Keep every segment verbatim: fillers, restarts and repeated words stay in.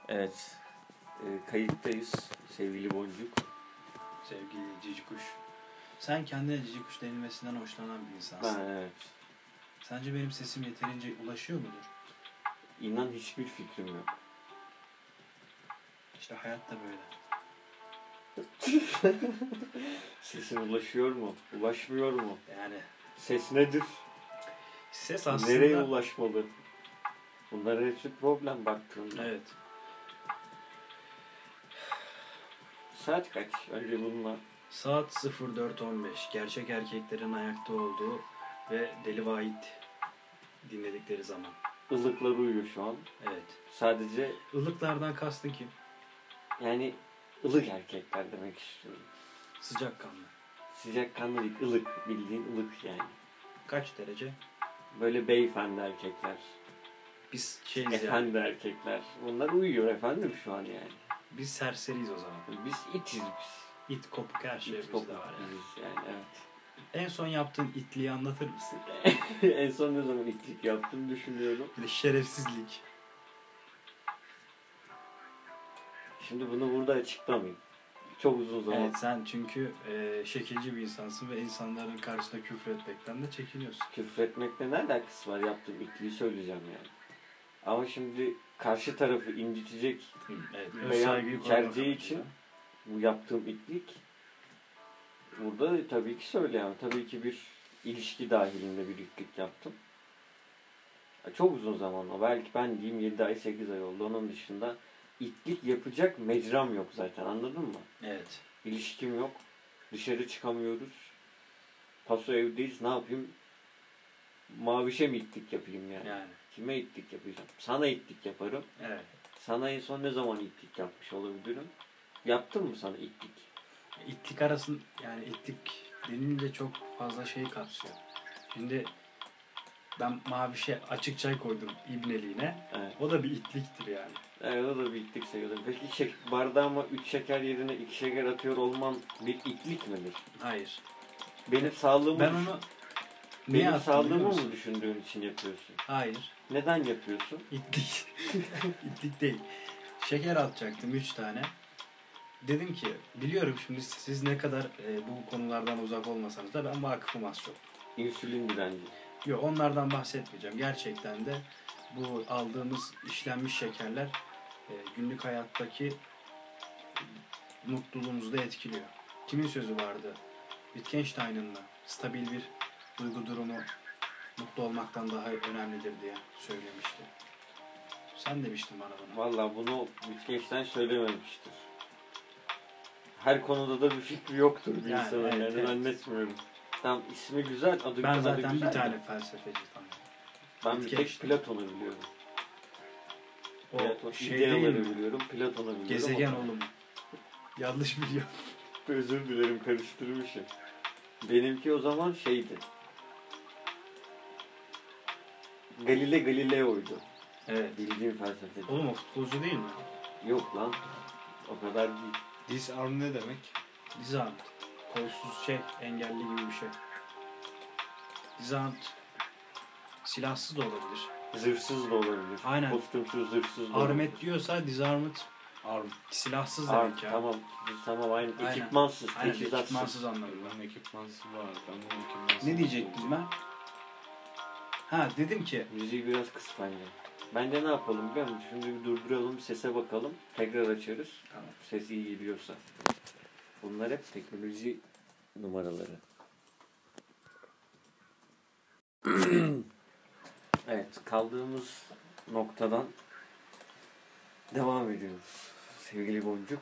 Evet. E, kayıttayız sevgili Boncuk. Sevgili Cici Kuş. Sen kendine Cici Kuş denilmesinden hoşlanan bir insansın. Ben evet. Sence benim sesim yeterince ulaşıyor mudur? İnan hiçbir fikrim yok. İşte hayat da böyle. Sesin ulaşıyor mu? Ulaşmıyor mu? Yani. Ses nedir? Ses aslında... Nereye ulaşmalı? Bunlar hepsi problem baktığında. Evet. Saat kaç? Önce bununla. Saat sıfır dört on beş. Gerçek erkeklerin ayakta olduğu ve Deli Vahit dinledikleri zaman. Ilıklar uyuyor şu an. Evet. Sadece... Ilıklardan kastın kim? Yani ılık erkekler demek istiyorum. Sıcakkanlı. Sıcakkanlı değil, ılık. Bildiğin ılık yani. Kaç derece? Böyle beyefendi erkekler. Biz şeyiz efendi yani. erkekler. Bunlar uyuyor efendim şu an yani. Biz serseriyiz o zaman. Biz itiz biz. İt kopuk her şey İt bizde var yani. biziz yani evet. En son yaptığın itliği anlatır mısın? En son ne zaman itlik yaptım düşünüyorum. Bir de şerefsizlik. Şimdi bunu burada açıklamayayım. Çok uzun zaman. Evet, sen çünkü e, şekilci bir insansın ve insanların karşısında küfür etmekten de çekiniyorsun. Küfür etmekle ne alakası var, yaptığım itliği söyleyeceğim yani. Ama şimdi karşı tarafı incitecek evet, veya içereceği için bu yaptığım itlik burada tabii ki söyleyemem. Tabii ki bir ilişki dahilinde bir itlik yaptım. Çok uzun zaman o. Belki ben diyeyim yedi ay sekiz ay oldu. Onun dışında itlik yapacak mecram yok zaten, anladın mı? Evet. İlişkim yok. Dışarı çıkamıyoruz. Paso evdeyiz. Ne yapayım? Mavişe mi itlik yapayım yani? Yani. Kime itlik yapacağım? Sana itlik yaparım. Evet. Sana en son ne zaman itlik yapmış olabilirim? Yaptın mı sana itlik? İtlik arasın yani itlik denilince çok fazla şey kapsıyor. Şimdi ben mavişe açık çay koydum ibneliğine. Evet. O da bir itliktir yani. Evet, o da bir itlik sayılır. Peki şek bardağıma üç şeker yerine iki şeker atıyor olman bir itlik midir? Hayır. Benim evet. sağlığımı ben onu Niye Benim sağlığımı mı düşündüğün için yapıyorsun? Hayır. Neden yapıyorsun? İtlik. İtlik değil. Şeker atacaktım üç tane. Dedim ki biliyorum şimdi siz ne kadar e, bu konulardan uzak olmasanız da ben vakıfım az çok. İnsülin direnci. Yok, onlardan bahsetmeyeceğim. Gerçekten de bu aldığımız işlenmiş şekerler e, günlük hayattaki mutluluğumuzu da etkiliyor. Kimin sözü vardı? Wittgenstein'ın mı? Stabil bir duygu durumu mutlu olmaktan daha önemlidir diye söylemişti. Sen demiştin bana bunu. Vallahi bunu Wittgenstein söylememiştir. Her konuda da bir fikri yoktur bir yani, insanın. Evet, yani evet. Zannetmiyorum. Tamam, ismi güzel, adı Ben adı zaten güzel bir tane felsefeci tanıyorum. Ben bir tek Platon'u biliyorum. O Platon, şey ideaları değil mi? biliyorum, Platon'u biliyorum. Gezegen oğlum. Yanlış biliyorum. Özür dilerim, karıştırmışım. Benimki o zaman şeydi. Galile Galileo'ydu. Evet. Bildiğim felsefeci. Oğlum o futbolcu değil mi? Yok lan. O kadar değil. Disarm ne demek? Disarmed. Kolsuz şey, engelli gibi bir şey. Disarmed. Silahsız da olabilir. Zırhsız da olabilir. Aynen. Kostümsüz, zırhsız da olabilir. Armed diyorsa disarmed. Arm. Silahsız Arm, demek ya. Tamam. Tamam aynı. Aynen. Ekipmansız. Aynen. Ekipmansız anlamında. Ben ekipmansız var. Ben bunu ekipmansız. Ne diyecektim ben? Ha dedim ki. Müziği biraz kıs bence. Bence ne yapalım biliyor musun? Şimdi bir durduralım, sese bakalım. Tekrar açarız. Tamam. Ses iyi geliyorsa. Bunlar hep teknoloji numaraları. Evet, kaldığımız noktadan devam ediyoruz. Sevgili Boncuk.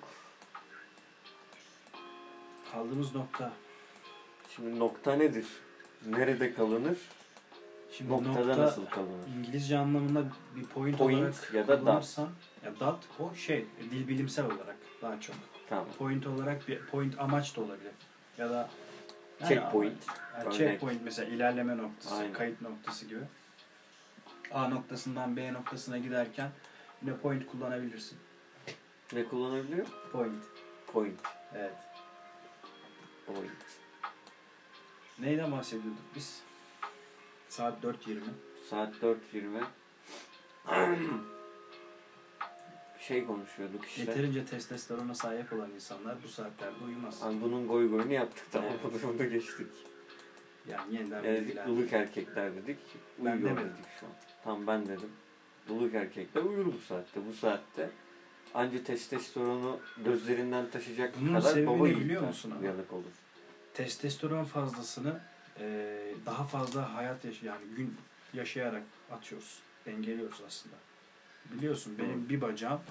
Kaldığımız nokta. Şimdi nokta nedir? Nerede kalınır? Şimdi Noktada nokta, nasıl kalınır? İngilizce anlamında bir point, point olarak ya da dot. Ya dot o şey, dil bilimsel olarak daha çok. Tamam. Point olarak bir point amaç da olabilir. Ya da yani checkpoint. Yani checkpoint mesela ilerleme noktası, aynen. Kayıt noktası gibi. A noktasından B noktasına giderken yine point kullanabilirsin. Ne kullanabiliyor? Point. Point. Evet. Point. Neyden bahsediyorduk biz? Saat dört yirmi. Saat dört yirmi. şey konuşuyorduk işte. Yeterince testosterona sahip olan insanlar bu saatlerde uyumaz. Hani bunun goy goyunu yaptık, tamam Evet. bunu geçtik. Yani yeniden Yani dedik bilgilendirme. ılık erkekler dedik. Ben Uyuyor demedim. dedik şu an. Tamam ben dedim. Ilık erkekler uyur bu saatte. Bu saatte anca testosteronu gözlerinden taşıyacak Bunun kadar sebebi baba ne yiğitler biliyor musun ama? uyanık olur. Testosteron fazlasını e, daha fazla hayat yaş yani gün yaşayarak atıyoruz. Dengeliyoruz aslında. Biliyorsun benim Hı. bir bacağım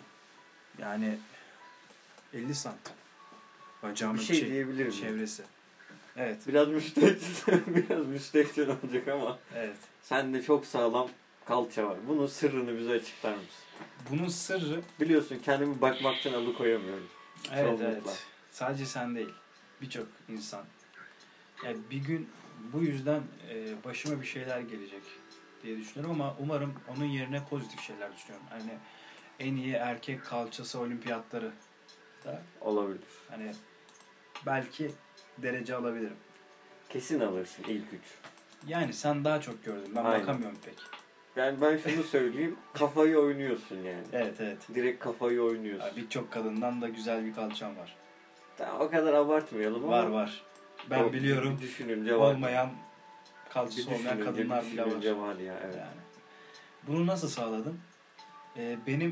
yani elli santim. Bacağımın Bir şey çe- diyebilir miyim? çevresi. Evet. Biraz müstehcen, biraz müstehcen olacak ama Evet. sende çok sağlam kalça var. Bunun sırrını bize açıklar mısın? Bunun sırrı Biliyorsun kendimi bakmaktan alıkoyamıyorum. evet Çoğunlukla. evet. Sadece sen değil. Birçok insan. Yani bir gün bu yüzden e, başıma bir şeyler gelecek diye düşünüyorum ama umarım onun yerine pozitif şeyler düşünüyorum. Hani en iyi erkek kalçası olimpiyatları da Olabilir. hani belki derece alabilirim. Kesin alırsın ilk üç. Yani sen daha çok gördün. Ben Aynen. bakamıyorum pek. Ben ben şunu söyleyeyim. Kafayı oynuyorsun yani. Evet evet. Direkt kafayı oynuyorsun. Ya Birçok kadından da güzel bir kalçam var. Tamam, o kadar abartmayalım ama. Var var. Ben o- biliyorum. Bir düşününce var. Olmayan Bir kalçası olmayan düşününce- kadınlar bir bile var. düşününce var ya, evet. Yani. Bunu nasıl sağladım? Ee, benim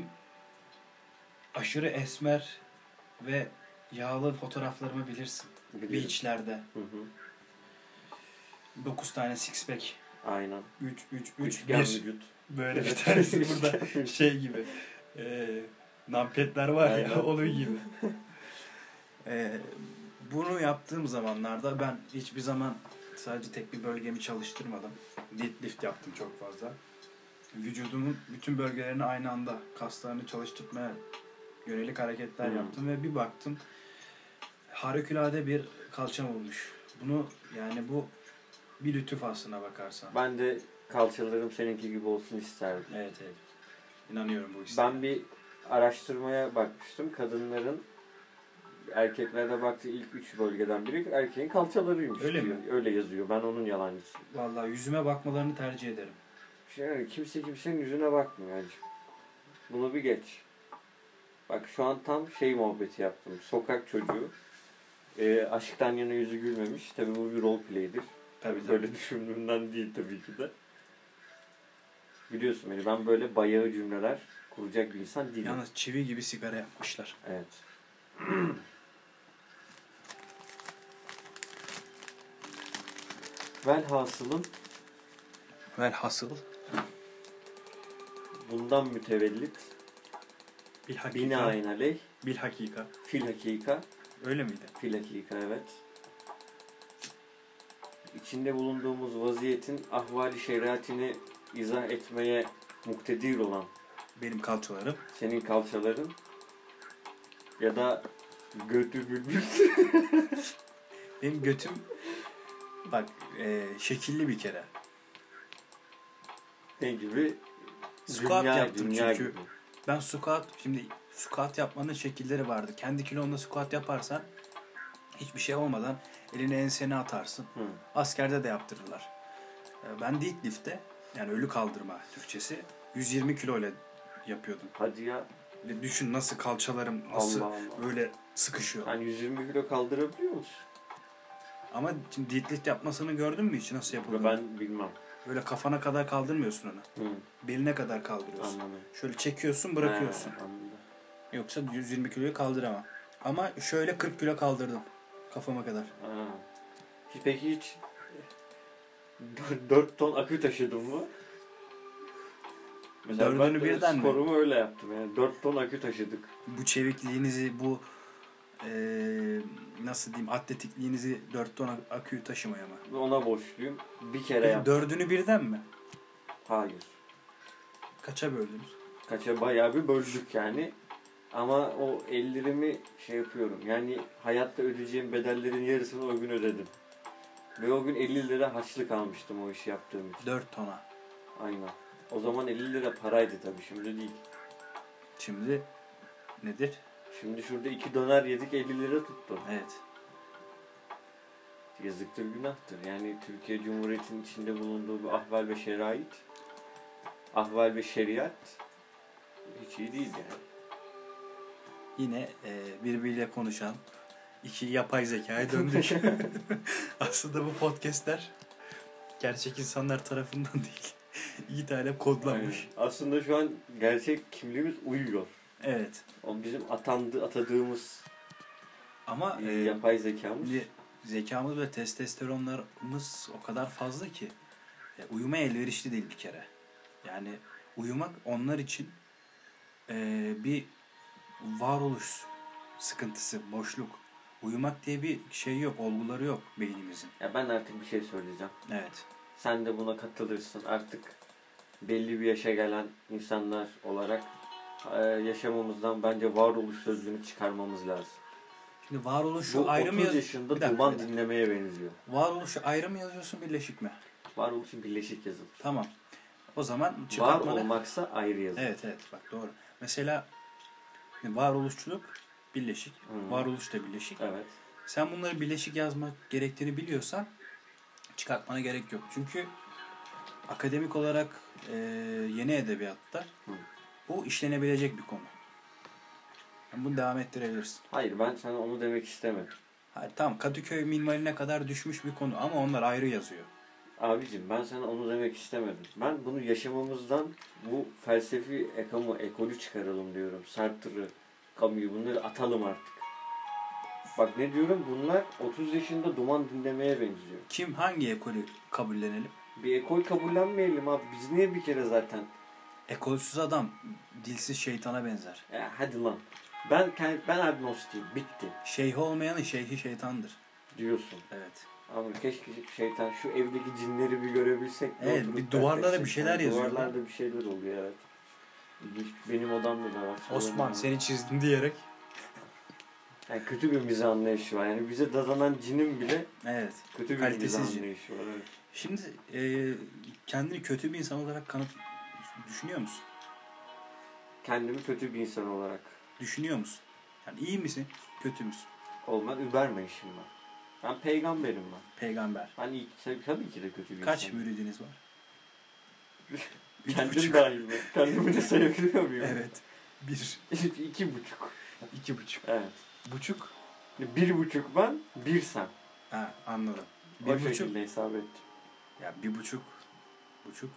aşırı esmer ve yağlı fotoğraflarımı bilirsin. Biliyorum. Beachlerde. Hı hı. dokuz tane six pack. Aynen. üç üç üç Üçgen bir. vücut. Böyle bir tanesi burada şey gibi. E, nampetler var ya Aynen. onun gibi. E, bunu yaptığım zamanlarda ben hiçbir zaman sadece tek bir bölgemi çalıştırmadım. Deadlift yaptım çok fazla. Vücudumun bütün bölgelerini aynı anda kaslarını çalıştırmaya yönelik hareketler Hmm. yaptım ve bir baktım harikulade bir kalçam olmuş. Bunu yani bu bir lütuf aslına bakarsan. Ben de kalçalarım seninki gibi olsun isterdim. Evet evet. İnanıyorum bu isteğe. Ben bir araştırmaya bakmıştım. Kadınların erkeklerde baktığı ilk üç bölgeden biri erkeğin kalçalarıymış. Öyle diyor. mi? Öyle yazıyor. Ben onun yalancısıyım. Vallahi yüzüme bakmalarını tercih ederim. Yani kimse kimsenin yüzüne bakmıyor hacı. Bunu bir geç. Bak şu an tam şey muhabbeti yaptım. Sokak çocuğu. E, aşktan yana yüzü gülmemiş. Tabii bu bir role play'dir. Tabii tabii. Böyle düşündüğümden değil tabii ki de. Biliyorsun beni, ben böyle bayağı cümleler kuracak bir insan değilim. Yalnız çivi gibi sigara yapmışlar. Evet. Velhasılım Velhasıl bundan mütevellit bil hakika. binaenaleyh Bil hakika. fil hakika Öyle miydi? fil hakika evet. İçinde bulunduğumuz vaziyetin ahvali şeriatini izah etmeye muktedir olan Benim kalçalarım. senin kalçaların ya da götü bülbül Benim götüm bak e, şekilli bir kere. ne gibi? Squat Dünya- yaptım dünya çünkü. gibi. Ben squat, şimdi squat yapmanın şekilleri vardı. Kendi kilonla squat yaparsan hiçbir şey olmadan elini ensene atarsın. Hı. Askerde de yaptırırlar. E, Ben deadlift'te yani ölü kaldırma Türkçesi yüz yirmi kilo ile yapıyordum. Hadi ya. Ve düşün nasıl kalçalarım nasıl Allah Allah. böyle sıkışıyor. Sen yüz yirmi kilo kaldırabiliyor musun? Ama şimdi deadlift yapmasını gördün mü hiç nasıl yapıldığını? Ben bilmem. Öyle kafana kadar kaldırmıyorsun onu. Hı. Beline kadar kaldırıyorsun. Anladım. Şöyle çekiyorsun bırakıyorsun. He, anladım. Yoksa yüz yirmi kiloyu kaldıramam. Ama şöyle kırk kilo kaldırdım. Kafama kadar. Ha. Peki hiç dört ton akü taşıdın mı? Mesela Dördünü ben de birden mi? sporumu öyle yaptım yani. dört ton akü taşıdık. Bu çevikliğinizi, bu eee, nasıl diyeyim atletikliğinizi dört ton aküyü taşımaya mı? Ve ona borçluyum. Bir kere Peki yaptım. dördünü birden mi? Hayır. Kaça böldünüz? Kaça bayağı bir böldük yani. Ama o ellerimi şey yapıyorum. Yani hayatta ödeyeceğim bedellerin yarısını o gün ödedim. Ve o gün elli lira harçlık almıştım o işi yaptığım için. dört tona. Aynen. O zaman elli lira paraydı tabii, şimdi değil. Şimdi nedir? Şimdi şurada iki döner yedik, elli lira tuttu. Evet. Yazıktır, günahtır. Yani Türkiye Cumhuriyeti'nin içinde bulunduğu bu ahval ve şerait, ahval ve şeriat hiç iyi değil yani. Yine e, birbiriyle konuşan iki yapay zekaya döndük. Aslında bu podcastler gerçek insanlar tarafından değil. İyi tane kodlanmış. Aynen. Aslında şu an gerçek kimliğimiz uyuyor. Evet. O bizim atandı, atadığımız Ama e, e, yapay zekamız. Şimdi zekamız ve testosteronlarımız o kadar fazla ki e, uyumaya elverişli değil bir kere. Yani uyumak onlar için e, bir varoluş sıkıntısı, boşluk. Uyumak diye bir şey yok, olguları yok beynimizin. Ya ben artık bir şey söyleyeceğim. Evet. Sen de buna katılırsın. Artık belli bir yaşa gelen insanlar olarak e, yaşamımızdan bence varoluş sözcüğünü çıkarmamız lazım. Şimdi varoluşu Bu ayrı mı otuz yaz- yaşında Bir dakika, duman bir dakika. dinlemeye benziyor. Varoluşu ayrı mı yazıyorsun, birleşik mi? Varoluşu birleşik yazılır. Tamam. O zaman Var çıkartmada... olmaksa ayrı yazılır. Evet evet bak doğru. Mesela varoluşçuluk birleşik, Hı. varoluş da birleşik. Evet. Sen bunları birleşik yazmak gerektiğini biliyorsan çıkartmana gerek yok. Çünkü akademik olarak e, yeni edebiyatta Hı. bu işlenebilecek bir konu. Yani bunu devam ettirebilirsin. Hayır, ben sana onu demek istemedim. Hayır, tamam Kadıköy minvaline kadar düşmüş bir konu ama onlar ayrı yazıyor. Abicim ben sana onu demek istemedim. Ben bunu yaşamımızdan bu felsefi ekomu, ekolü çıkaralım diyorum. Sartre'ı, Camus'u bunları atalım artık. Bak ne diyorum, bunlar otuz yaşında duman dinlemeye benziyor. Kim hangi ekolü kabullenelim? Bir ekol kabullenmeyelim abi. Biz niye bir kere zaten? Ekolsüz adam dilsiz şeytana benzer. Ya hadi lan. Ben ben agnostiyim. Bitti. Şeyhi olmayanın şeyhi şeytandır. Diyorsun. Evet. Ama keşke şeytan şu evdeki cinleri bir görebilsek. Evet, oturup bir duvarlara dertleşsek. bir şeyler Yani yazıyor. Duvarlarda bir şeyler oluyor evet. Benim odamda da var. Osman Salonumda. seni çizdim diyerek. Yani kötü bir mizah anlayışı var. Yani bize dadanan cinin bile Evet. kötü bir Kalitesiz mizah cin. anlayışı var. Evet. Şimdi e, kendini kötü bir insan olarak kanıt düşünüyor musun? Kendimi kötü bir insan olarak Düşünüyor musun? Yani iyi misin? Kötü müsün? olmak übermemişim ben. Ben peygamberim ben. Peygamber. Ben iyi, tabii ki de kötü bir Kaç insanım. müridiniz var? Üç Kendim buçuk. dahil mi? Kendimi de sayabiliyor muyum? Evet. Bir. İki buçuk. İki buçuk. Evet. Buçuk. Bir buçuk ben, bir sen. Ha anladım. O Bir buçuk. şekilde hesap ettim. Ya bir buçuk. Buçuk.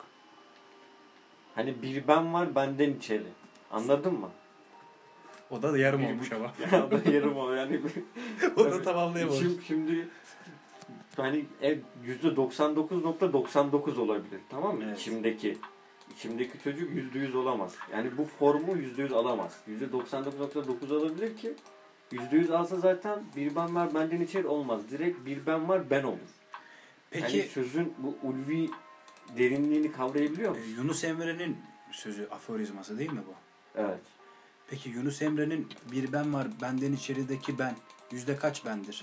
Hani bir ben var benden içeri. Anladın mı? O da yarım Bir olmuş buçuk. ama. Ya o da yarım o yani. O da tamamlayamamış. Şimdi, şimdi hani yüzde doksan dokuz nokta doksan dokuz olabilir. Tamam mı? Evet. İçimdeki. İçimdeki çocuk yüzde yüz olamaz. Yani bu formu yüzde yüz alamaz. yüzde doksan dokuz nokta dokuz alabilir ki yüzde yüz alsa zaten bir ben var benden içeri olmaz. Direkt bir ben var ben olur. Peki Yani sözün bu ulvi derinliğini kavrayabiliyor e, musun? Yunus Emre'nin sözü aforizması değil mi bu? Evet. Peki Yunus Emre'nin bir ben var benden içerideki ben yüzde kaç bendir?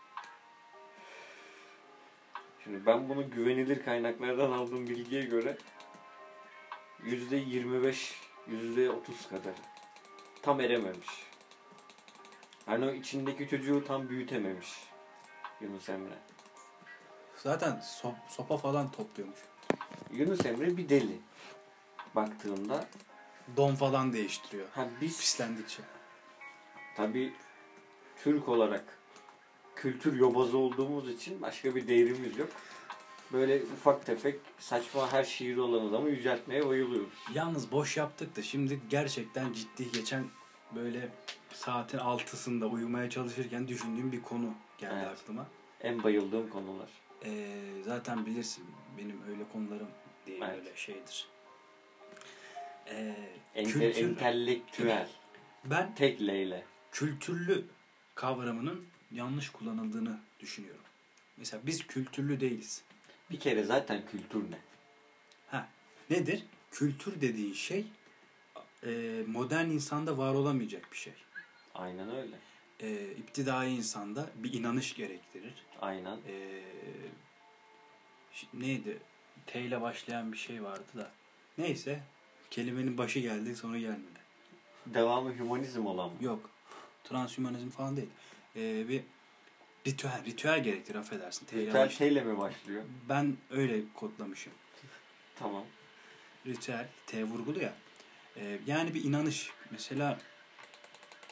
Şimdi ben bunu güvenilir kaynaklardan aldığım bilgiye göre yüzde yirmi beş, yüzde otuz kadar. Tam erememiş. Yani o içindeki çocuğu tam büyütememiş Yunus Emre. Zaten so- sopa falan topluyormuş. Yunus Emre bir deli. Baktığında Don falan değiştiriyor. ha biz Pislendikçe. tabii Türk olarak kültür yobazı olduğumuz için başka bir değerimiz yok. Böyle ufak tefek saçma her şiiri olan adamı yüceltmeye bayılıyoruz. Yalnız boş yaptık da şimdi gerçekten ciddi geçen böyle saatin altısında uyumaya çalışırken düşündüğüm bir konu geldi Evet. aklıma. En bayıldığım konular. Ee, zaten bilirsin benim öyle konularım diye Evet. böyle şeydir. Ee, Ente- kültür, entelektüel. ben Tek leyle. kültürlü kavramının yanlış kullanıldığını düşünüyorum. Mesela biz kültürlü değiliz. Bir kere zaten kültür ne? Ha, nedir? Kültür dediği şey e, modern insanda var olamayacak bir şey. Aynen öyle. E, iptidai insanda bir inanış gerektirir. Aynen. E, şi- neydi? T ile başlayan bir şey vardı da. Neyse. Kelimenin başı geldi sonra gelmedi. Devamı hümanizm olan mı? Yok. Transhümanizm falan değil. E, bir ritüel, ritüel gerektirir affedersin. T ile Ritüel baş- T ile mi başlıyor? Ben öyle kodlamışım. Tamam. Ritüel, T vurgulu ya. Ee, yani bir inanış. Mesela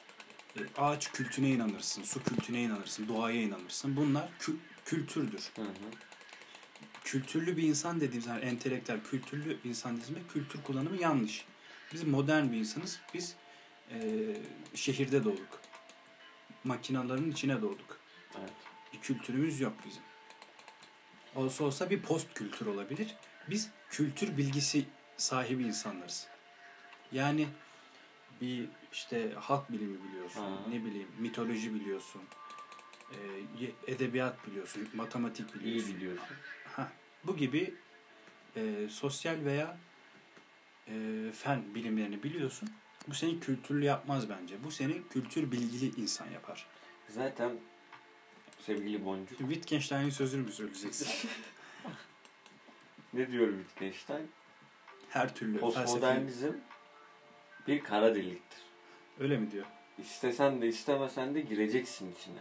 E, ağaç kültüne inanırsın, su kültüne inanırsın, doğaya inanırsın. Bunlar kü- kültürdür. Hı hı. Kültürlü bir insan dediğimiz, yani entelektüel, kültürlü insan dediğimizde kültür kullanımı yanlış. Biz modern bir insanız. Biz e, şehirde doğduk. Makinaların içine doğduk. Evet. Bir kültürümüz yok bizim. Olsa olsa bir post kültür olabilir. Biz kültür bilgisi sahibi insanlarız. Yani bir işte halk bilimi biliyorsun, Ha. ne bileyim mitoloji biliyorsun, e, edebiyat biliyorsun, matematik biliyorsun. İyi biliyorsun. Ha, bu gibi e, sosyal veya e, fen bilimlerini biliyorsun. Bu seni kültürlü yapmaz bence. Bu seni kültür bilgili insan yapar. Zaten sevgili Boncuk. Şimdi Wittgenstein'in sözünü mü söyleyeceksin? Ne diyor Wittgenstein? Her türlü felsefi. Postmodernizm bir kara deliktir. Öyle mi diyor? İstesen de istemesen de gireceksin içine.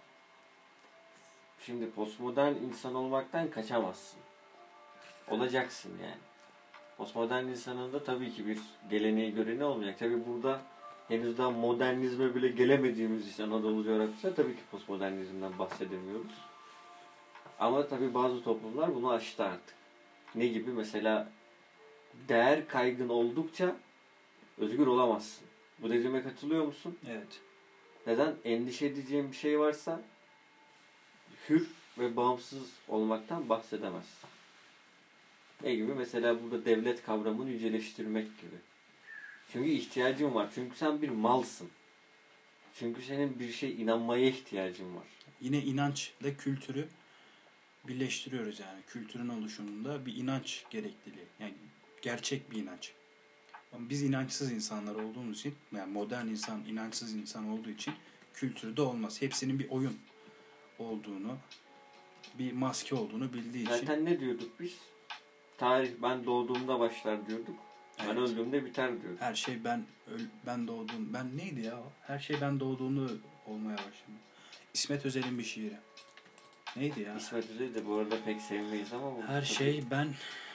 Şimdi postmodern insan olmaktan kaçamazsın. Olacaksın yani. Postmodern insanın da tabii ki bir geleneği göreni olmayacak. Tabii burada henüz daha modernizme bile gelemediğimiz için Anadolu coğrafyasında tabii ki postmodernizmden bahsedemiyoruz. Ama tabii bazı toplumlar bunu aştı artık. Ne gibi? Mesela değer kaygın oldukça özgür olamazsın. Bu dediğime katılıyor musun? Evet. Neden? Endişe edeceğin bir şey varsa hür ve bağımsız olmaktan bahsedemezsin. Ne gibi? Mesela burada devlet kavramını yüceleştirmek gibi. Çünkü ihtiyacın var. Çünkü sen bir malsın. Çünkü senin bir şey inanmaya ihtiyacın var. Yine inançla kültürü birleştiriyoruz yani. Kültürün oluşumunda bir inanç gerekliliği. Yani gerçek bir inanç. Ama biz inançsız insanlar olduğumuz için, yani modern insan inançsız insan olduğu için kültürde olmaz. Hepsinin bir oyun olduğunu, bir maske olduğunu bildiği için. Zaten ne diyorduk biz? Tarih ben doğduğumda başlar diyorduk. Ben Evet. öldüğümde biter diyorduk. Her şey ben öl, ben doğduğum ben neydi ya o? Her şey ben doğduğumda olmaya başladı. İsmet Özel'in bir şiiri. Neydi ya? İsmet Özel'i de bu arada pek sevmeyiz ama bu Her şey ben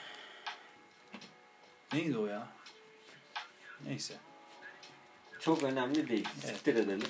neydi o ya? Neyse. çok önemli değil. Evet. Siktir edelim.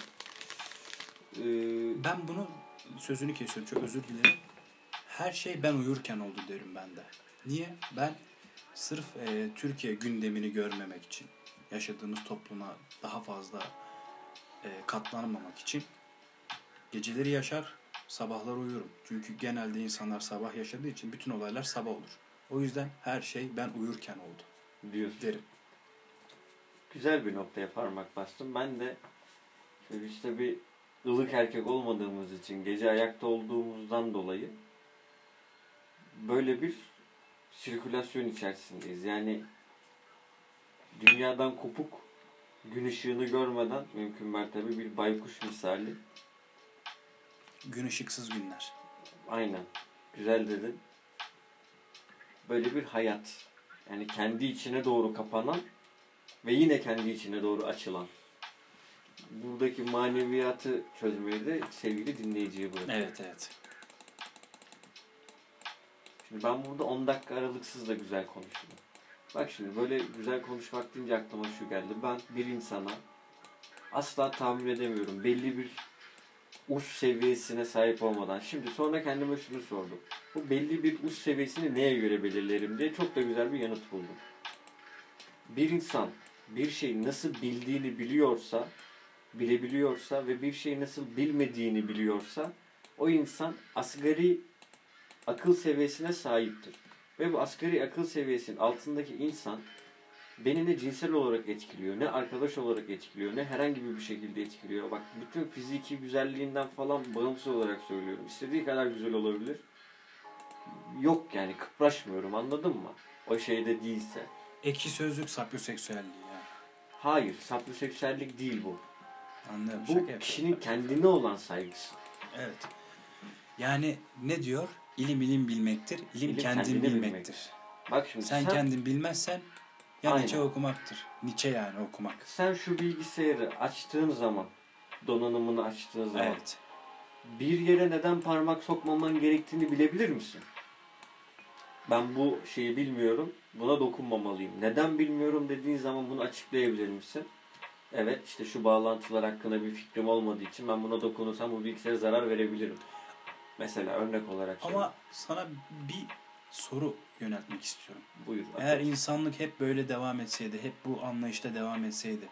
Ee, Ben bunu sözünü kesiyorum. Çok özür dilerim. Her şey ben uyurken oldu derim ben de. Niye? Ben sırf e, Türkiye gündemini görmemek için, yaşadığımız topluma daha fazla e, katlanmamak için geceleri yaşar, sabahlar uyurum. Çünkü genelde insanlar sabah yaşadığı için bütün olaylar sabah olur. O yüzden her şey ben uyurken oldu diyorsun. derim. Güzel bir noktaya parmak bastım. Ben de işte bir ılık erkek olmadığımız için, gece ayakta olduğumuzdan dolayı böyle bir sirkülasyon içerisindeyiz. Yani dünyadan kopuk, gün ışığını görmeden mümkün mertebe bir baykuş misali. Gün ışıksız günler. Aynen. Güzel dedin. Böyle bir hayat. Yani kendi içine doğru kapanan ve yine kendi içine doğru açılan. Buradaki maneviyatı çözmeyi de sevgili dinleyiciye bırakıyorum. Evet evet. Şimdi ben burada on dakika aralıksız da güzel konuştum. Bak şimdi böyle güzel konuşmak deyince aklıma şu geldi. Ben bir insana asla tahammül edemiyorum. Belli bir uç seviyesine sahip olmadan. Şimdi sonra kendime şunu sordum. Bu belli bir uç seviyesini neye göre belirlerim diye çok da güzel bir yanıt buldum. Bir insan bir şeyi nasıl bildiğini biliyorsa, bilebiliyorsa ve bir şeyi nasıl bilmediğini biliyorsa o insan asgari akıl seviyesine sahiptir. Ve bu asgari akıl seviyesinin altındaki insan beni ne cinsel olarak etkiliyor, ne arkadaş olarak etkiliyor, ne herhangi bir şekilde etkiliyor. Bak bütün fiziki güzelliğinden falan bağımsız olarak söylüyorum. İstediği kadar güzel olabilir. Yok yani kıpraşmıyorum, anladın mı? O şeyde değilse. Ekşi sözlük sapyoseksüelliği yani. Hayır, sapyoseksüellik değil bu. Anlıyorum. Bu Şaka kişinin yapıyorum. kendine olan saygısı. Evet. Yani ne diyor? İlim ilim bilmektir. İlim, İlim kendin kendini bilmektir. bilmektir. Bak şimdi Sen, sen, kendin bilmezsen ya Aynen. Nietzsche okumaktır. Nietzsche yani okumak. sen şu bilgisayarı açtığın zaman, donanımını açtığın zaman Evet. bir yere neden parmak sokmaman gerektiğini bilebilir misin? Ben bu şeyi bilmiyorum, buna dokunmamalıyım. Neden bilmiyorum dediğin zaman bunu açıklayabilir misin? Evet işte şu bağlantılar hakkında bir fikrim olmadığı için ben buna dokunursam bu bilgisayara zarar verebilirim. Mesela örnek olarak söyleyeyim. Ama sana bir soru yöneltmek istiyorum. Buyur. Eğer insanlık hep böyle devam etseydi, hep bu anlayışta devam etseydi,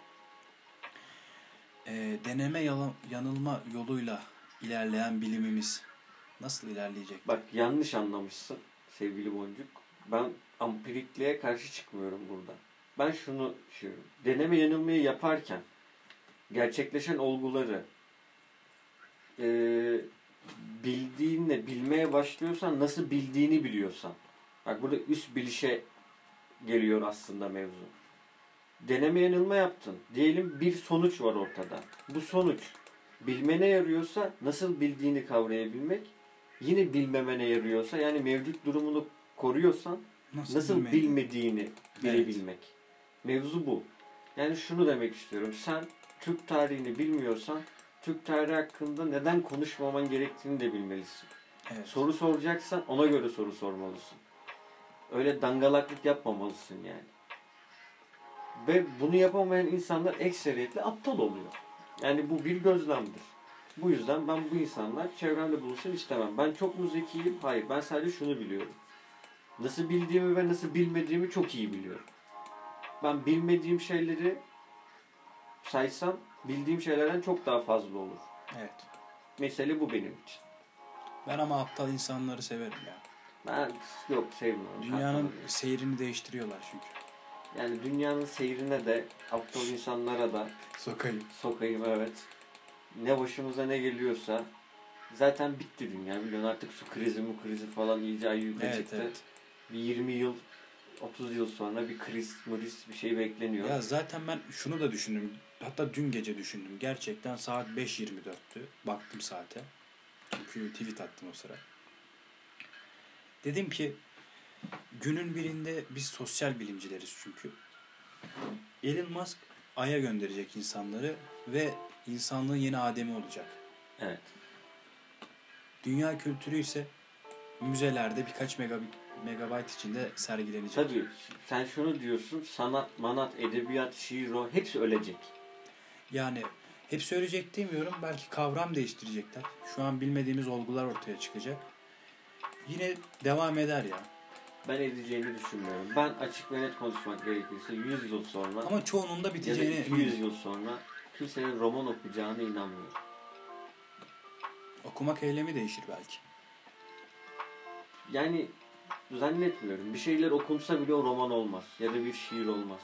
e, deneme yalan, yanılma yoluyla ilerleyen bilimimiz nasıl ilerleyecek? Bak yanlış anlamışsın sevgili Boncuk. Ben ampirikliğe karşı çıkmıyorum burada. Ben şunu düşünüyorum. Deneme yanılmayı yaparken gerçekleşen olguları e, bildiğinle bilmeye başlıyorsan, nasıl bildiğini biliyorsan. Bak burada üst bilişe geliyor aslında mevzu. Deneme yanılma yaptın. Diyelim bir sonuç var ortada. Bu sonuç bilmene yarıyorsa nasıl bildiğini kavrayabilmek, yine bilmemene yarıyorsa yani mevcut durumunu koruyorsan Nasıl, nasıl bilmedi? bilmediğini bilebilmek. Evet. Mevzu bu. Yani şunu demek istiyorum. Sen Türk tarihini bilmiyorsan Türk tarihi hakkında neden konuşmaman gerektiğini de bilmelisin. Evet. Soru soracaksan ona göre soru sormalısın. Öyle dangalaklık yapmamalısın yani. Ve bunu yapamayan insanlar ekseriyetle aptal oluyor. Yani bu bir gözlemdir. Bu yüzden ben bu insanlar çevremde bulunsun istemem. Ben çok mu zekiyim? Hayır. Ben sadece şunu biliyorum. Nasıl bildiğimi ve nasıl bilmediğimi çok iyi biliyorum. Ben bilmediğim şeyleri saysam bildiğim şeylerden çok daha fazla olur. Evet. Mesele bu benim için. Ben ama aptal insanları severim ya. Ben yok sevmiyorum. Dünyanın seyrini değiştiriyorlar çünkü. Yani dünyanın seyrine de aptal insanlara da Sokayım. sokayım evet. Ne başımıza ne geliyorsa zaten bitti dünya biliyorsun artık su krizi mu krizi falan iyice ayyuka Evet, çıktı. evet. Bir yirmi yıl otuz yıl sonra bir kriz mriz bir şey bekleniyor. Ya zaten ben şunu da düşündüm. Hatta dün gece düşündüm. Gerçekten saat beş yirmi dörttü. Baktım saate. Çünkü tweet attım o sıra. Dedim ki günün birinde biz sosyal bilimcileriz çünkü. Elon Musk Ay'a gönderecek insanları ve insanlığın yeni Adem'i olacak. Evet. Dünya kültürü ise müzelerde birkaç megabit, megabayt içinde sergilenecek. Tabii sen şunu diyorsun sanat, manat, edebiyat, şiir, o hepsi ölecek. Yani hep söyleyecek demiyorum. Belki kavram değiştirecekler. Şu an bilmediğimiz olgular ortaya çıkacak. Yine devam eder ya. Ben edeceğini düşünmüyorum. Ben açık ve net konuşmak gerekirse yüz yıl sonra Ama çoğunun da ya da biteceğini iki yüz yıl sonra kimsenin roman okuyacağına inanmıyorum. okumak eylemi değişir belki. Yani zannetmiyorum. Bir şeyler okunsa bile o roman olmaz. Ya da bir şiir olmaz.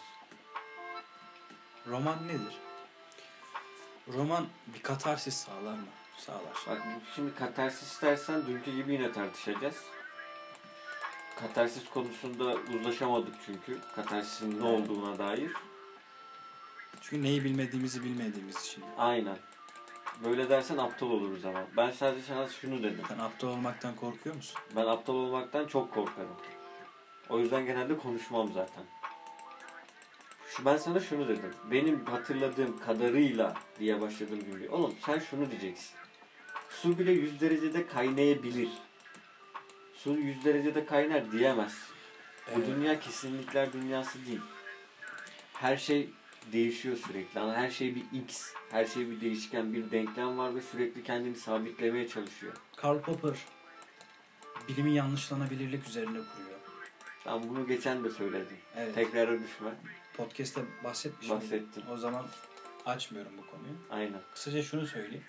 Roman nedir? Roman bir katarsis sağlar mı? Sağlar. Bak şimdi katarsis dersen dünkü gibi yine tartışacağız. Katarsis konusunda uzlaşamadık çünkü. Katarsisin ne olduğuna dair. Çünkü neyi bilmediğimizi bilmediğimiz için. Aynen. Böyle dersen aptal oluruz ama. Ben sadece sana şunu dedim. Sen aptal olmaktan korkuyor musun? Ben aptal olmaktan çok korkarım. O yüzden genelde konuşmam zaten. Şu, ben sana şunu dedim. Benim hatırladığım kadarıyla diye başladığım cümleyi. Oğlum sen şunu diyeceksin. Su bile yüz derecede kaynayabilir. Su yüz derecede kaynar diyemez. Bu Evet. dünya kesinlikler dünyası değil. Her şey değişiyor sürekli. Yani her şey bir x, her şey bir değişken, bir denklem var ve sürekli kendini sabitlemeye çalışıyor. Karl Popper bilimin yanlışlanabilirlik üzerine kuruyor. Ben bunu geçen de söyledim. Evet. Tekrara düşme. Podcast'te bahsetmiş miydim? Bahsettim. O zaman açmıyorum bu konuyu. Aynen. Kısaca şunu söyleyeyim.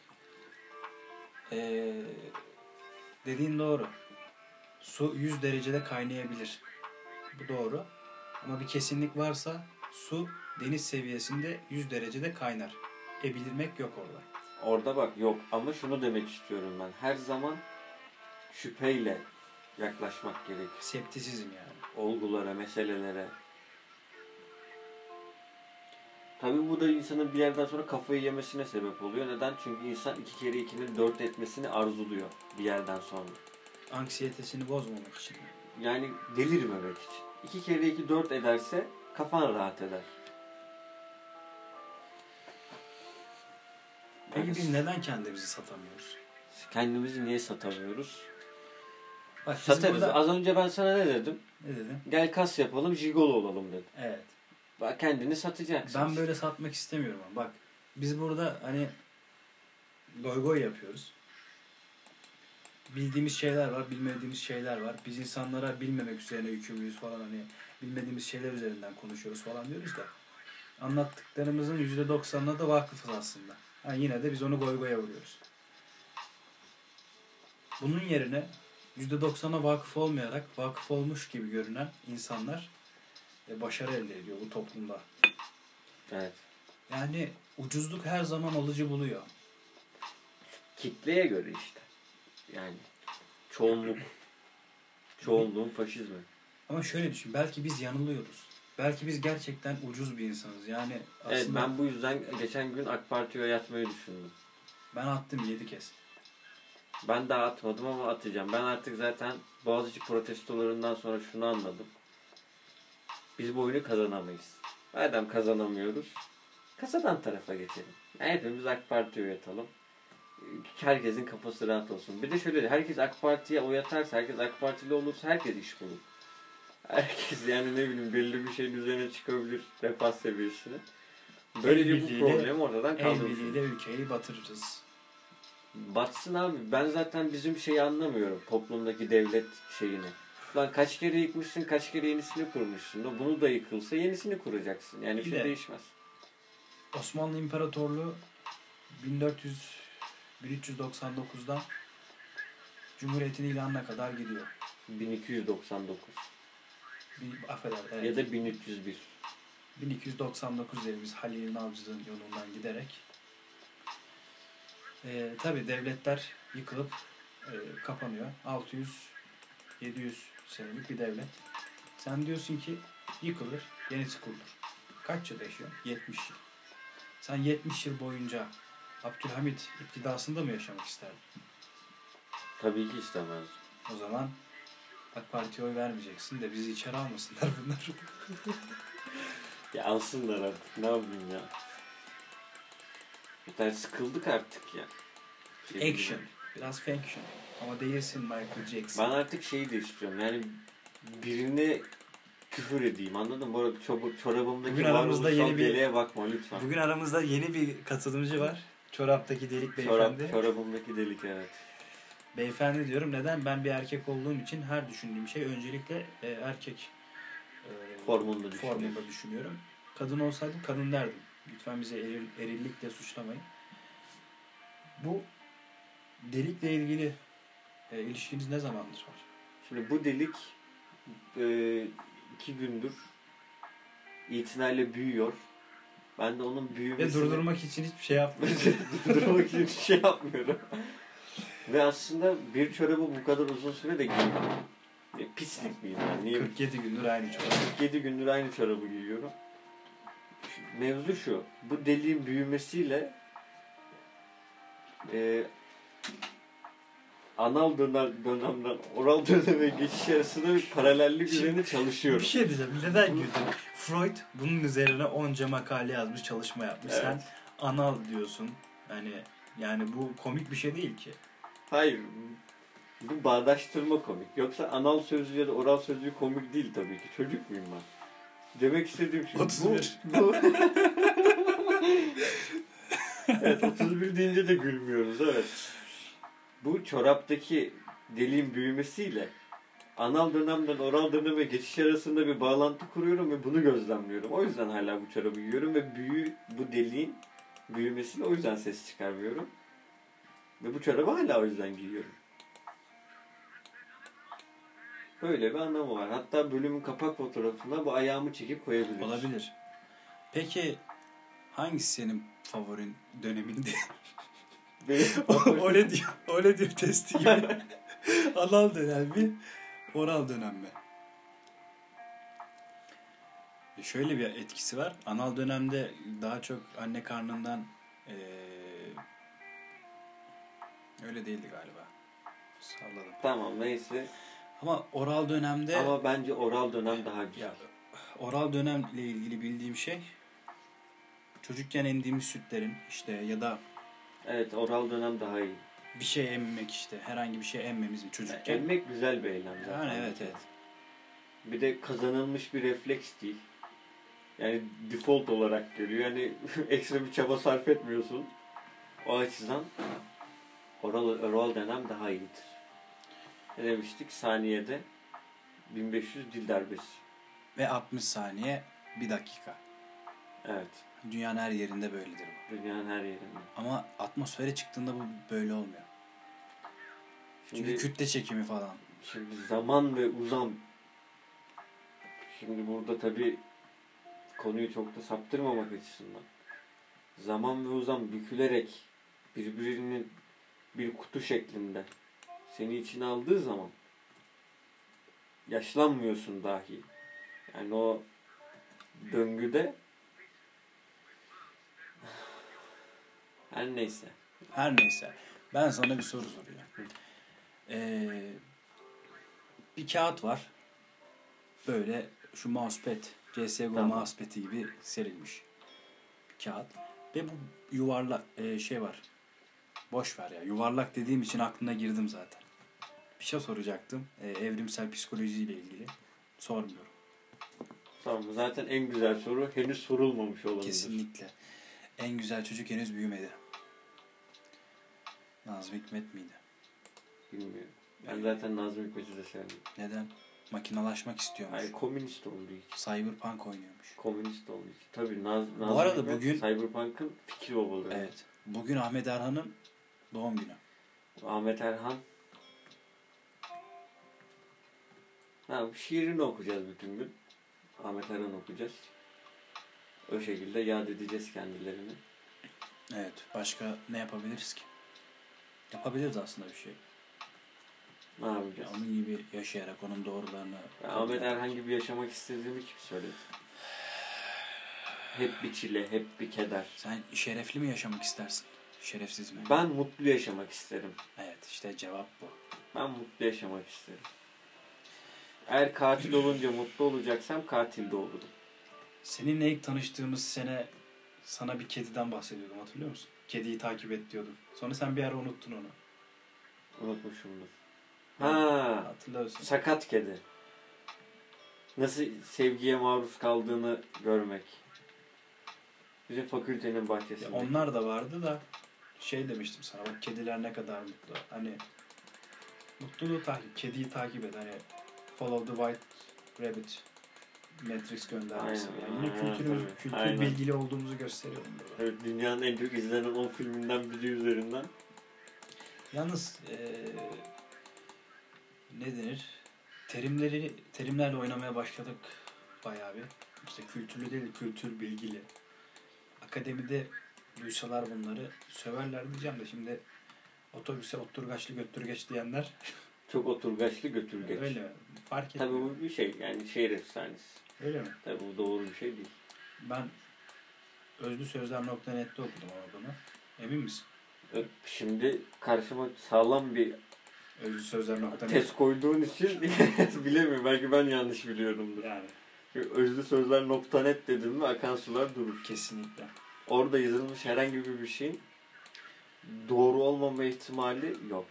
Ee, dediğin doğru. Su yüz derecede kaynayabilir. Bu doğru. Ama bir kesinlik varsa su deniz seviyesinde yüz derecede kaynar. E bildirmek yok orada. Orada bak yok ama şunu demek istiyorum ben. Her zaman şüpheyle yaklaşmak gerekir. Septisizm yani. Olgulara, meselelere. Tabii bu da insanın bir yerden sonra kafayı yemesine sebep oluyor. Neden? Çünkü insan iki kere ikinin dört etmesini arzuluyor bir yerden sonra. Anksiyetesini bozmamak için. Yani delirmemek için. İki kere iki dört ederse kafan rahat eder. Peki biz neden kendimizi satamıyoruz? Kendimizi niye satamıyoruz? Bak bizim Satarız. burada- Az önce ben sana ne dedim? Ne dedin? Gel kas yapalım, jigolo olalım dedim. Evet. Bak kendini satacaksın. Ben böyle satmak istemiyorum ama bak biz burada hani goy goy yapıyoruz. Bildiğimiz şeyler var, bilmediğimiz şeyler var. Biz insanlara bilmemek üzerine yükümlüyüz falan hani bilmediğimiz şeyler üzerinden konuşuyoruz falan diyoruz da anlattıklarımızın yüzde doksanına da vakıfız aslında. Yani yine de biz onu goy goya vuruyoruz. Bunun yerine yüzde doksana vakıf olmayarak vakıf olmuş gibi görünen insanlar başarı elde ediyor bu toplumda. Evet. Yani ucuzluk her zaman alıcı buluyor. Kitleye göre işte. Yani çoğunluk. Çoğunluğun faşizmi. Ama şöyle düşün. Belki biz yanılıyoruz. Belki biz gerçekten ucuz bir insanız. Yani aslında Evet, ben bu yüzden geçen gün AK Parti'ye yatmayı düşündüm. ben attım yedi kez. Ben daha atmadım ama atacağım. Ben artık zaten Boğaziçi protestolarından sonra şunu anladım. Biz bu oyunu kazanamayız. Madem kazanamıyoruz, kazanan tarafa geçelim. Yani hepimiz AK Parti'ye oy atalım. Herkesin kafası rahat olsun. Bir de şöyle, herkes AK Parti'ye oy atarsa, herkes AK Partili olursa herkes iş bulur. Herkes yani ne bileyim belli bir şeyin üzerine çıkabilir refah seviyesine. Böylece bu problemi ortadan El kaldırırız. birliğiyle ülkeyi batırırız. Batsın abi. Ben zaten bizim şeyi anlamıyorum. Toplumdaki devlet şeyini. Lan kaç kere yıkmışsın, kaç kere yenisini kurmuşsun. Bunu da yıkılsa yenisini kuracaksın. Yani bir şey de, değişmez. Osmanlı İmparatorluğu bin dört yüz bin üç yüz doksan dokuzdan Cumhuriyet'in ilanına kadar gidiyor. bin iki yüz doksan dokuz. Bir, affeder, evet. Ya da bin üç yüz bir. bin iki yüz doksan dokuz dediğimiz Halil Nalcı'nın yolundan giderek e, tabi devletler yıkılıp e, kapanıyor. altı yüz yedi yüz senelik bir devlet. Sen diyorsun ki yıkılır, yenisi kurulur. Kaç yıl yaşıyor? yetmiş yıl. Sen yetmiş yıl boyunca Abdülhamit iktidasında mı yaşamak isterdin? Tabii ki istemez. O zaman AK Parti'ye oy vermeyeceksin de bizi içeri almasınlar bunlar. Ya alsınlar artık. Ne yapayım ya. Bir tane sıkıldık artık ya. Şey Action. Biraz faction. Ama değilsin Michael Jackson. Ben artık şeyi de istiyorum. Yani birine küfür edeyim. Anladın mı? Bu arada çor- çorabımdaki Bugün aramızda varoluşsal yeni bir- deliğe bakma lütfen. Bugün aramızda yeni bir katılımcı var. Çoraptaki delik Çorap, beyefendi. çorabımdaki delik, evet. Beyefendi diyorum. Neden? Ben bir erkek olduğum için her düşündüğüm şey öncelikle e, erkek e, Formunda düşünüyorsun. formunda düşünüyorum. Kadın olsaydım kadın derdim. Lütfen bize eril, erillikle suçlamayın. Bu delikle ilgili e, ilişkiniz ne zamandır var? Şimdi bu delik e, iki gündür itinayla büyüyor. Ben de onun Ve büyümesini... durdurmak için hiçbir şey yapmıyorum. durdurmak için hiçbir şey yapmıyorum. Ve aslında bir çorabı bu kadar uzun süre de giyiyorum. E, pislik miyim ben? Niye? kırk yedi gündür aynı çorap. kırk yedi gündür aynı çorabı giyiyorum. Şu- Mevzu şu. Bu deliğin büyümesiyle e, anal dönem, dönemden oral döneme geçiş arasında bir paralellik üzerine Bir çalışıyorum. şey diyeceğim. Neden güldün? Freud bunun üzerine onca makale yazmış, çalışma yapmış. Evet. Sen anal diyorsun. Yani yani bu komik bir şey değil ki. Hayır. Bu bağdaştırma komik. Yoksa anal sözlüğü ya da oral sözlüğü komik değil tabii ki. Çocuk muyum ben? Demek istediğim şey. otuz bir. Bu, bu... evet, otuz bir deyince de gülmüyoruz, evet. Bu çoraptaki deliğin büyümesiyle anal dönemden oral döneme geçiş arasında bir bağlantı kuruyorum ve bunu gözlemliyorum. O yüzden hala bu çorabı giyiyorum ve büyü, bu deliğin büyümesiyle o yüzden ses çıkarmıyorum. Ve bu çorabı hala o yüzden giyiyorum. Böyle bir anlamı var. Hatta bölümün kapak fotoğrafına bu ayağımı çekip koyabiliriz. Olabilir. Peki hangisi senin favorin döneminde? Benim öyle diyor. Öyle diyor testi gibi. Anal dönem mi? Oral dönem mi? E şöyle bir etkisi var. Anal dönemde daha çok anne karnından ee, öyle değildi galiba. Salladım. Tamam, neyse. Ama oral dönemde Ama bence oral dönem daha güzel. ya, oral dönemle ilgili bildiğim şey çocukken emdiğimiz sütlerin işte ya da Evet, oral dönem daha iyi. bir şey emmek işte herhangi bir şey emmemiz çocukken. Emmek güzel bir eylem zaten. Yani evet evet. Bir de kazanılmış bir refleks değil. Yani default olarak geliyor. Yani ekstra bir çaba sarf etmiyorsun. O açıdan oral, oral dönem daha iyidir. Ne demiştik? Saniyede bin beş yüz dil darbesi. Ve altmış saniye bir dakika. Evet. Dünyanın her yerinde böyledir bu. Dünyanın her yerinde. Ama atmosfere çıktığında bu böyle olmuyor. Şimdi, Çünkü kütle çekimi falan. Şimdi zaman ve uzam. Şimdi burada tabii konuyu çok da saptırmamak açısından. Zaman ve uzam bükülerek birbirinin bir kutu şeklinde seni içine aldığı zaman yaşlanmıyorsun dahi. Yani o döngüde her neyse. Her neyse. Ben sana bir soru soruyorum. Ee, bir kağıt var. Böyle şu mousepad, C S G O Tamam. mousepad'i gibi serilmiş. Bir kağıt. Ve bu yuvarlak e, şey var. Boş ver ya. Yuvarlak dediğim için aklına girdim zaten. Bir şey soracaktım. E, evrimsel psikolojiyle ilgili. Sormuyorum. Tamam, zaten en güzel soru henüz sorulmamış olanıdır. Kesinlikle. En güzel çocuk henüz büyümedi. Nazım Hikmet miydi? Bilmiyorum. Ben zaten Nazım Hikmet'i de sevmiyorum. Neden? Makinalaşmak istiyormuş. Hayır, komünist olduğu için. Cyberpunk oynuyormuş. Komünist olduğu için. Tabii Naz, Nazım Bu arada Hikmet, bugün- Cyberpunk'ın fikir babaları. Evet. Bugün Ahmet Erhan'ın doğum günü. Ahmet Erhan. Ha, şiirini okuyacağız bütün gün. Ahmet Erhan okuyacağız. O şekilde yad edeceğiz kendilerini. Evet. Başka ne yapabiliriz ki? Yapabiliriz aslında bir şey. Ne yapacağız? Onun gibi yaşayarak onun doğrularını... Ben Ahmet Erhan gibi yaşamak istediğimi kim söyledi? Hep bir çile, hep bir keder. Sen şerefli mi yaşamak istersin? Şerefsiz mi? Ben mutlu yaşamak isterim. Evet, işte cevap bu. Ben mutlu yaşamak isterim. Eğer katil olunca mutlu olacaksam katil de olurum. Seninle ilk tanıştığımız sene sana bir kediden bahsediyordum, hatırlıyor musun? Kediyi takip et diyordum. Sonra sen bir ara unuttun onu. Unutmuşumdur. Ha, Hatırlıyorsun. sakat kedi. Nasıl sevgiye maruz kaldığını görmek. Bizim fakültenin bahçesinde. Ya onlar da vardı da şey demiştim sana, bak kediler ne kadar mutlu. Hani mutluluğu takip, kediyi takip et. Hani follow the white rabbit Matrix göndermesi. Aynen. Yani yine kültürümüz, Tabii. kültür Aynen. bilgili olduğumuzu gösteriyorum burada. Evet, dünyanın en çok izlenen on filminden biri üzerinden. Yalnız ee, ne denir? Terimleri, terimlerle oynamaya başladık bayağı bir. İşte kültürlü değil, kültür bilgili. Akademide duysalar bunları söverler diyeceğim de şimdi otobüse otturgaçlı götürgeç diyenler Çok oturgaçlı götürgeç. öyle mi? Fark Tabii etmiyor. bu bir şey, yani şehir efsanesi. Öyle mi? Tabii bu doğru bir şey değil. Ben özlüsözler nokta net'te okudum ama bunu. Emin misin? Ö- Şimdi karşıma sağlam bir özlüsözler nokta net. test koyduğun için bilemiyorum. Belki ben yanlış biliyorumdur. Yani Özlü sözler nokta net dedim mi akan sular durur. kesinlikle. Orada yazılmış herhangi bir şeyin doğru olmama ihtimali yok.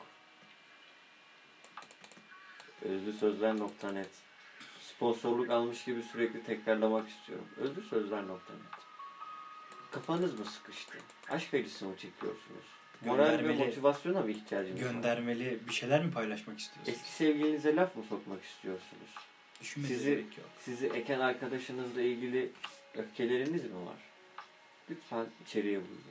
özlü sözler nokta net. Sponsorluk almış gibi sürekli tekrarlamak istiyorum. özlü sözler nokta net. Kafanız mı sıkıştı? Aşk acısı mı çekiyorsunuz? Moral ve Göndermeli- motivasyona mı ihtiyacınız var? Göndermeli bir şeyler mi paylaşmak istiyorsun? Eski sevgilinize laf mı sokmak istiyorsunuz? Düşünmenize Sizi, gerek yok. sizi eken arkadaşınızla ilgili öfkeleriniz mi var? Lütfen içeriye buyurun.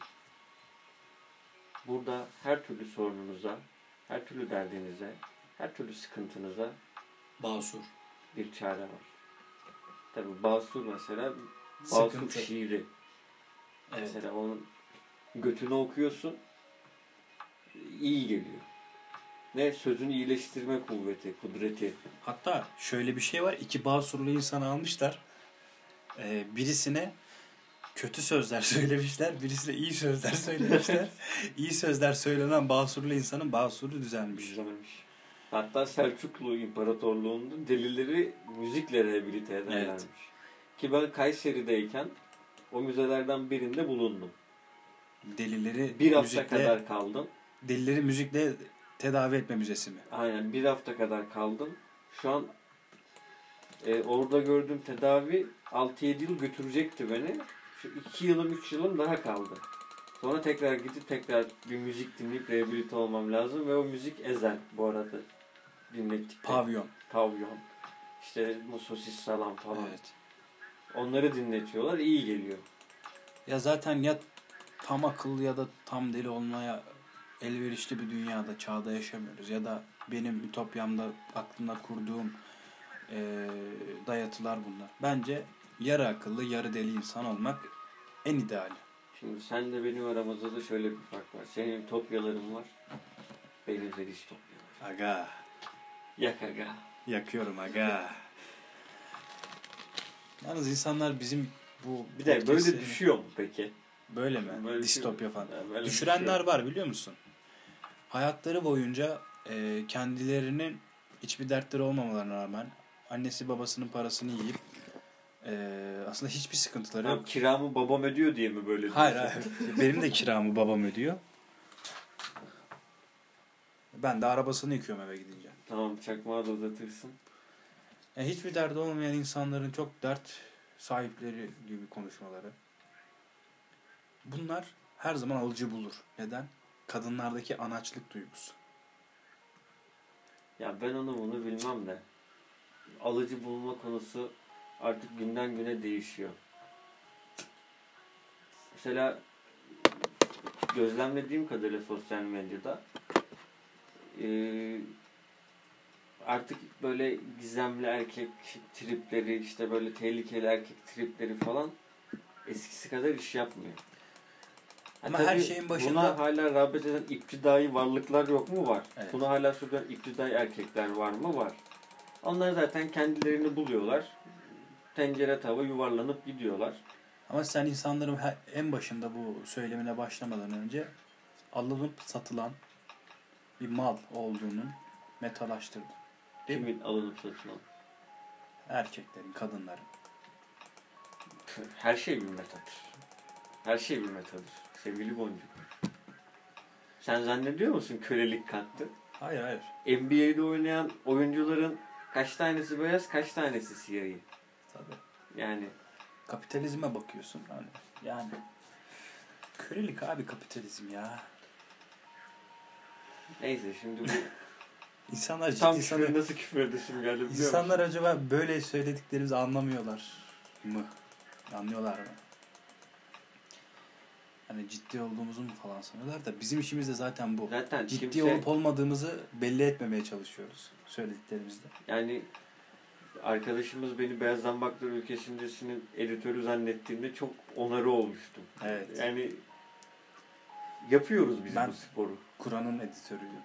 Burada her türlü sorununuza, her türlü derdinize, her türlü sıkıntınıza Basur. bir çare var. Tabi Basur mesela, Basur Sıkıntı. şiiri. Evet. Mesela onun götünü okuyorsun, iyi geliyor. Ne? Sözünü iyileştirme kuvveti, kudreti. Hatta şöyle bir şey var. İki basurlu insanı almışlar. Ee, birisine kötü sözler söylemişler. Birisine iyi sözler söylemişler. İyi sözler söylenen basurlu insanın basuru düzelmiş. Güzelmiş. Hatta Selçuklu İmparatorluğu'nda delileri müzikle rehabilite ederlermiş. Evet. Ki ben Kayseri'deyken o müzelerden birinde bulundum. Delileri Bir hafta müzikle, kadar kaldım. delileri müzikle tedavi etme müzesi mi? Aynen bir hafta kadar kaldım. Şu an e, orada gördüğüm tedavi altı yedi yıl götürecekti beni. Şu iki yılım üç yılım daha kaldı. Sonra tekrar gidip tekrar bir müzik dinleyip rehabilite olmam lazım ve o müzik Ezel bu arada dinlettik. Pavyon. Pavyon. İşte Sosis Salam falan. Evet. Onları dinletiyorlar. İyi geliyor. Ya zaten ya tam akıllı ya da tam deli olmaya elverişli bir dünyada, çağda yaşamıyoruz. Ya da benim ütopyamda aklımda kurduğum e, dayatılar bunlar. Bence yarı akıllı, yarı deli insan olmak en ideali. Şimdi sen de benim aramızda da şöyle bir fark var. Senin ütopyaların var. Benim de distopya var. Aga. Yak aga. Yakıyorum aga. Yalnız insanlar bizim bu Bir de böyle podcast'i- düşüyor mu peki? Böyle mi? Böyle Distopya düşüyor. falan. Yani böyle Düşürenler düşüyor. var biliyor musun? Hayatları boyunca e, kendilerinin hiçbir dertleri olmamalarına rağmen annesi babasının parasını yiyip e, aslında hiçbir sıkıntıları Tamam, yok. kiramı babam ödüyor diye mi böyle Hayır diyorsun? hayır. Benim de kiramı babam ödüyor. Ben de arabasını yıkıyorum eve gidince. Tamam, çakmağı da uzatırsın. Yani hiçbir derdi olmayan insanların çok dert sahipleri gibi konuşmaları. Bunlar her zaman alıcı bulur. Neden? Kadınlardaki anaçlık duygusu. Ya ben onu bunu bilmem de. Alıcı bulma konusu artık günden güne değişiyor. Mesela gözlemlediğim kadarıyla sosyal medyada eee, artık böyle gizemli erkek tripleri, işte böyle tehlikeli erkek tripleri falan eskisi kadar iş yapmıyor. Ha, Ama tabii her şeyin başında- buna hala rağbet eden iptidai varlıklar yok mu? Var. Evet. Buna hala sürdüren iptidai erkekler var mı? Var. Onlar zaten kendilerini buluyorlar. Tencere tava yuvarlanıp gidiyorlar. Ama sen insanların he- en başında bu söylemine başlamadan önce alınıp satılan bir mal olduğunun metalaştırdın. Değil mi? Kimin alınıp satılan? Erkeklerin, kadınların. Her şey bir metadır. Her şey bir metadır. Sevgili Boncuk. Sen zannediyor musun kölelik kalktı? Hayır hayır. N B A'de oynayan oyuncuların kaç tanesi beyaz, kaç tanesi siyahi? Tabii. Yani Kapitalizme bakıyorsun. Hani yani kölelik abi kapitalizm ya. neyse şimdi bu İnsanlar tam ciddi küfür sanıyor. nasıl küfür edesim geldi biliyor İnsanlar musun? acaba böyle söylediklerimizi anlamıyorlar mı? Anlıyorlar mı? Hani ciddi olduğumuzu mu falan sanıyorlar da bizim işimiz de zaten bu. Zaten Ciddi kimse olup olmadığımızı belli etmemeye çalışıyoruz söylediklerimizde. yani arkadaşımız beni Beyaz Zambaklar Ülkesi'ndesinin editörü zannettiğinde çok onarı olmuştum. Evet. Yani yapıyoruz biz Ben- bu sporu. Kur'an'ın editörüyüm.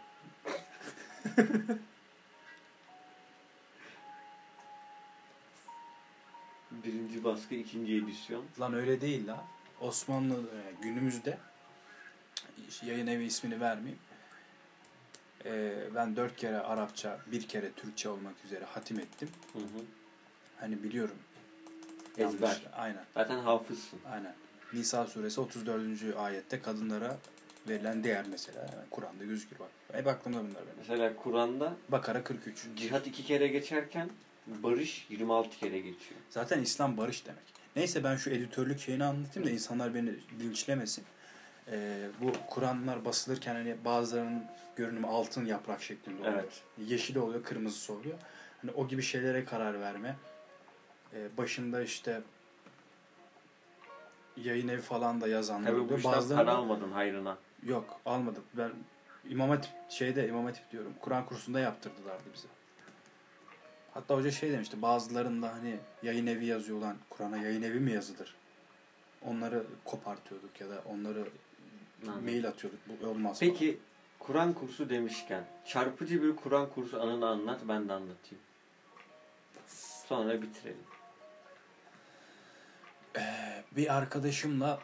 Birinci baskı, ikinci edisyon. Lan öyle değil la. Osmanlı e, günümüzde yayın evi ismini vermeyeyim. E, ben dört kere Arapça, bir kere Türkçe olmak üzere hatim ettim. Hı hı. Hani biliyorum. Ezber. Yanlış. Aynen. Zaten hafızsın. Aynen. Nisa suresi otuz dördüncü ayette kadınlara verilen değer mesela. Yani Kur'an'da gözükür bak. Hep aklımda bunlar benim. Mesela Kur'an'da Bakara kırk üç. cihat iki kere geçerken barış yirmi altı kere geçiyor. Zaten İslam barış demek. Neyse ben şu editörlük şeyini anlatayım da insanlar beni linçlemesin. Ee, bu Kur'anlar basılırken hani bazılarının görünümü altın yaprak şeklinde oluyor. Evet. Yeşili oluyor, kırmızısı oluyor. Hani o gibi şeylere karar verme. Ee, başında işte yayın evi falan da yazanlar Tabii bu oluyor. işten Bazılarında- para almadın hayrına. Yok almadım. Ben İmam Hatip şeyde İmam Hatip diyorum. Kur'an kursunda yaptırdılardı bize. Hatta hoca şey demişti. Bazılarında hani yayın evi yazıyor olan Kur'an'a yayın evi mi yazılır? Onları kopartıyorduk ya da onları Anladım. mail atıyorduk. Bu olmaz falan. Peki Kur'an kursu demişken çarpıcı bir Kur'an kursu anını anlat, ben de anlatayım. Sonra bitirelim. Bir arkadaşımla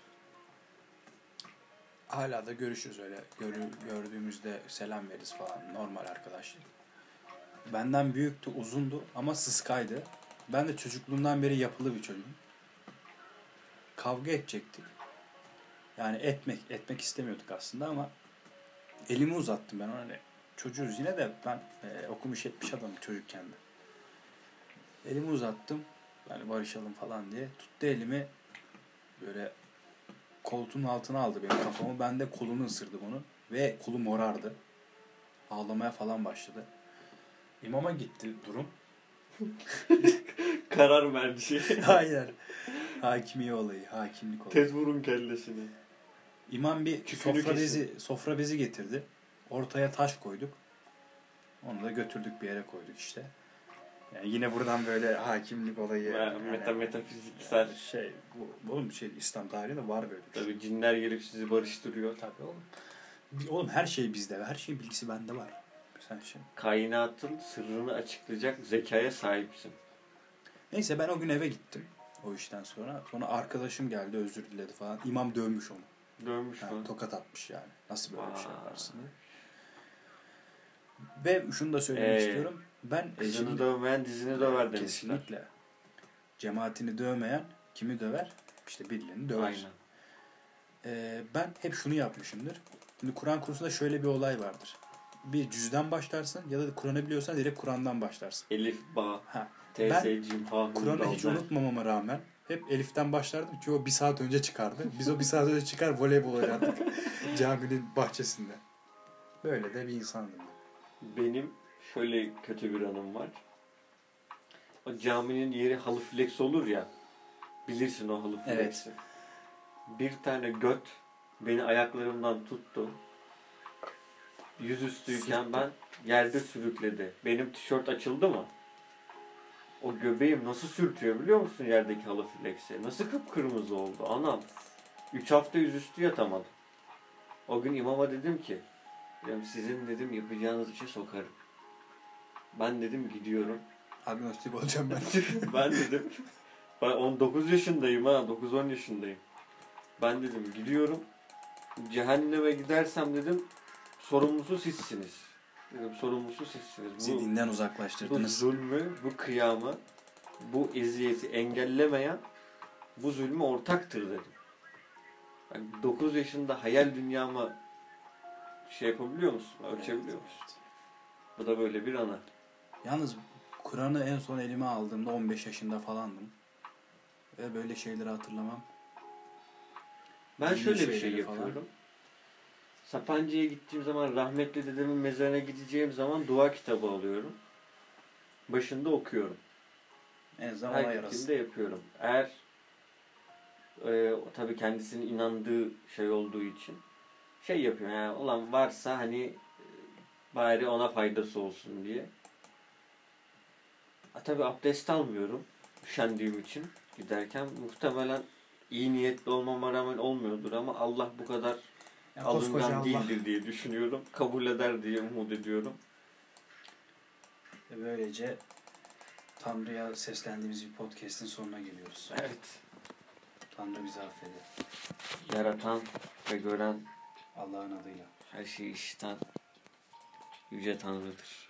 hala da görüşürüz öyle. Görü, gördüğümüzde selam veririz falan. Normal arkadaşlık. Benden büyüktü, uzundu ama sıskaydı. Ben de çocukluğumdan beri yapılı bir çocuğum. Kavga edecektik. Yani etmek, etmek istemiyorduk aslında ama elimi uzattım ben ona. Hani çocuğuz yine de ben e, okumuş etmiş adamım çocukken de. Elimi uzattım. Yani barışalım falan diye. Tuttu elimi. Böyle koltuğun altına aldı benim kafamı. Ben de kolunu ısırdım onun. Ve kolu morardı. Ağlamaya falan başladı. İmama gitti durum. Karar merci. Aynen. Hakimiye olayı. Hakimlik olayı. Tez vurun kellesini. İmam bir Küpünü sofra kesin. bezi, sofra bezi getirdi. Ortaya taş koyduk. Onu da götürdük bir yere koyduk işte. Yani yine buradan böyle hakimlik olayı. Me- meta metafiziksel. Yani şey bu oğlum şey İslam tarihinde var böyle bir şey. Tabii cinler gelip sizi barıştırıyor. Tabii oğlum. Bi- Oğlum her şey bizde. Her şeyin bilgisi bende var. Sen şimdi. Kainatın sırrını açıklayacak zekaya sahipsin. Neyse ben o gün eve gittim. O işten sonra. Sonra arkadaşım geldi özür diledi falan. İmam dövmüş onu. Dönmüş Yani mü? tokat atmış yani. Nasıl böyle bir şey Vay. yaparsın diye. Ve şunu da söylemek Ee, istiyorum. Ben Kızını eşimin- dövmeyen dizini döver demişler. Kesinlikle. Cemaatini dövmeyen kimi döver? İşte birilerini döver. Aynen. Ee, ben hep şunu yapmışımdır. Şimdi Kur'an kursunda şöyle bir olay vardır. Bir cüzden başlarsın ya da Kur'an'ı biliyorsan direkt Kur'an'dan başlarsın. Elif, ba, Ha. T S, cim, ha, Kur'an'ı hiç unutmamama rağmen hep Elif'ten başlardım ki o bir saat önce çıkardı. Biz o bir saat önce çıkar voleybol oynardık caminin bahçesinde. Böyle de bir insandım. Benim şöyle kötü bir anım var. O caminin yeri halı flex olur ya. Bilirsin o halı Evet. flex'i. Bir tane göt beni ayaklarımdan tuttu. Yüzüstüyken Sürttü. ben yerde sürükledi. Benim tişört açıldı mı? O göbeğim nasıl sürtüyor biliyor musun yerdeki halı flex'i? Nasıl kıpkırmızı oldu anam. Üç hafta yüzüstü yatamadım. O gün imama dedim ki dedim, sizin dedim yapacağınız işe sokarım. Ben dedim gidiyorum. Agnostik olacağım ben. Ben dedim ben on dokuz yaşındayım ha dokuz on yaşındayım. Ben dedim gidiyorum. Cehenneme gidersem dedim sorumlusu sizsiniz. Dedim sorumlusu sizsiniz. Bizi Bu, dinden bu uzaklaştırdınız. zulmü, bu kıyamı, bu eziyeti engellemeyen bu zulmü ortaktır dedim. Yani dokuz yaşında hayal dünyamı şey yapabiliyor musun? Ölçebiliyor Evet, musun? evet. Bu da böyle bir ana. Yalnız Kur'an'ı en son elime aldığımda on beş yaşında falandım. Ve böyle şeyleri hatırlamam. Ben Dini şöyle bir şey şeyleri falan. yapıyorum. Sapanca'ya gittiğim zaman rahmetli dedemin mezarına gideceğim zaman dua kitabı alıyorum. Başında okuyorum. En azından Her olay yarası. gittiğimde yapıyorum. Eğer e, tabii kendisinin inandığı şey olduğu için şey yapıyorum. Yani olan varsa hani e, bari ona faydası olsun diye. Ha, tabii abdest almıyorum. Üşendiğim için giderken muhtemelen iyi niyetli olmama rağmen olmuyordur ama Allah bu kadar Yani koskoca alıngan Allah. değildir diye düşünüyorum. Kabul eder diye umut ediyorum. Ve böylece Tanrı'ya seslendiğimiz bir podcast'in sonuna geliyoruz. Evet. Tanrı bizi affeder. Yaratan ve gören Allah'ın adıyla. her şeyi işiten Yüce Tanrı'dır.